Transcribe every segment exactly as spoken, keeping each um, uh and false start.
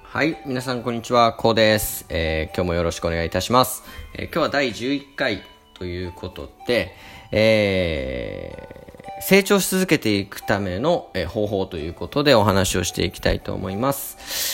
はい、皆さんこんにちは、こうです、えー、今日もよろしくお願いいたします、えー、今日はだいじゅういっかいということで、えー、成長し続けていくための、えー、方法ということでお話をしていきたいと思います。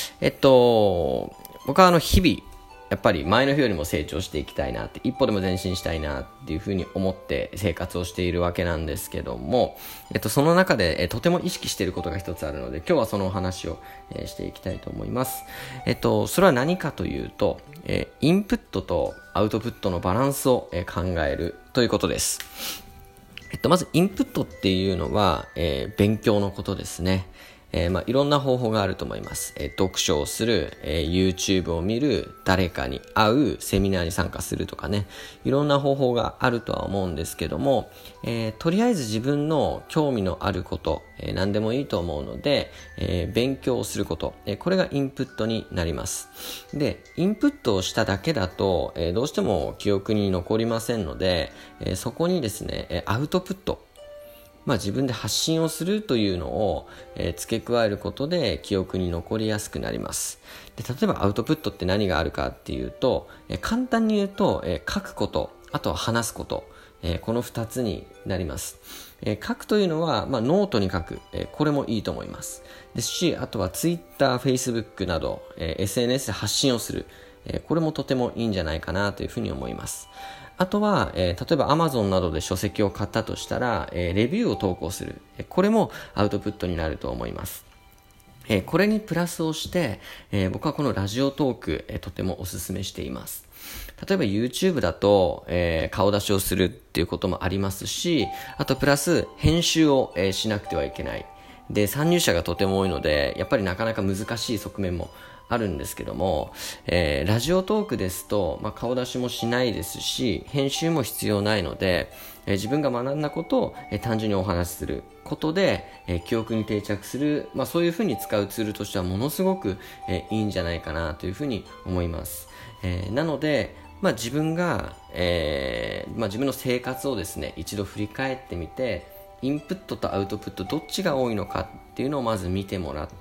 えっと僕はあの日々やっぱり前の日よりも成長していきたいなって、一歩でも前進したいなっていうふうに思って生活をしているわけなんですけども、えっと、その中で、えとても意識していることが一つあるので、今日はそのお話を、えー、していきたいと思います。えっと、それは何かというと、えー、インプットとアウトプットのバランスを、えー、考えるということです。えっと、まずインプットっていうのは、えー、勉強のことですね。えーまあ、いろんな方法があると思います。えー、読書をする、えー、YouTube を見る、誰かに会う、セミナーに参加するとかね、いろんな方法があるとは思うんですけども、えー、とりあえず自分の興味のあること、えー、何でもいいと思うので、えー、勉強をすること、えー、これがインプットになります。で、インプットをしただけだと、えー、どうしても記憶に残りませんので、えー、そこにですね、えー、アウトプット、まあ、自分で発信をするというのを、えー、付け加えることで記憶に残りやすくなります。で、例えばアウトプットって何があるかっていうと、えー、簡単に言うと、えー、書くこと、あとは話すこと、えー、この二つになります。えー、書くというのは、まあ、ノートに書く、えー、これもいいと思いますですし、あとは Twitter、Facebook など、えー、エスエヌエス で発信をする、えー、これもとてもいいんじゃないかなというふうに思います。あとは、えー、例えば Amazon などで書籍を買ったとしたら、えー、レビューを投稿する。これもアウトプットになると思います。えー、これにプラスをして、えー、僕はこのラジオトーク、えー、とてもお勧めしています。例えば YouTube だと、えー、顔出しをするっていうこともありますし、あとプラス編集を、えー、しなくてはいけない。で、参入者がとても多いので、やっぱりなかなか難しい側面もあるんですけども、えー、ラジオトークですと、まあ、顔出しもしないですし、編集も必要ないので、えー、自分が学んだことを、えー、単純にお話しすることで、えー、記憶に定着する、まあ、そういうふうに使うツールとしてはものすごく、えー、いいんじゃないかなというふうに思います。えー、なので、まあ、自分が、えーまあ、自分の生活をですね、一度振り返ってみて、インプットとアウトプットどっちが多いのかっていうのをまず見てもらって、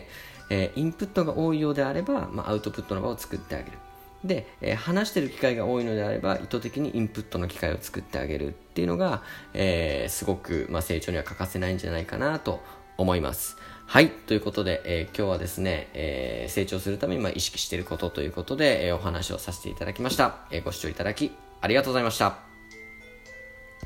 えー、インプットが多いようであれば、まあ、アウトプットの場を作ってあげる。で、えー、話してる機会が多いのであれば、意図的にインプットの機会を作ってあげるっていうのが、えー、すごく、まあ、成長には欠かせないんじゃないかなと思います。はい。ということで、えー、今日はですね、えー、成長するために、まあ、意識していることということで、えー、お話をさせていただきました。えー、ご視聴いただきありがとうございました。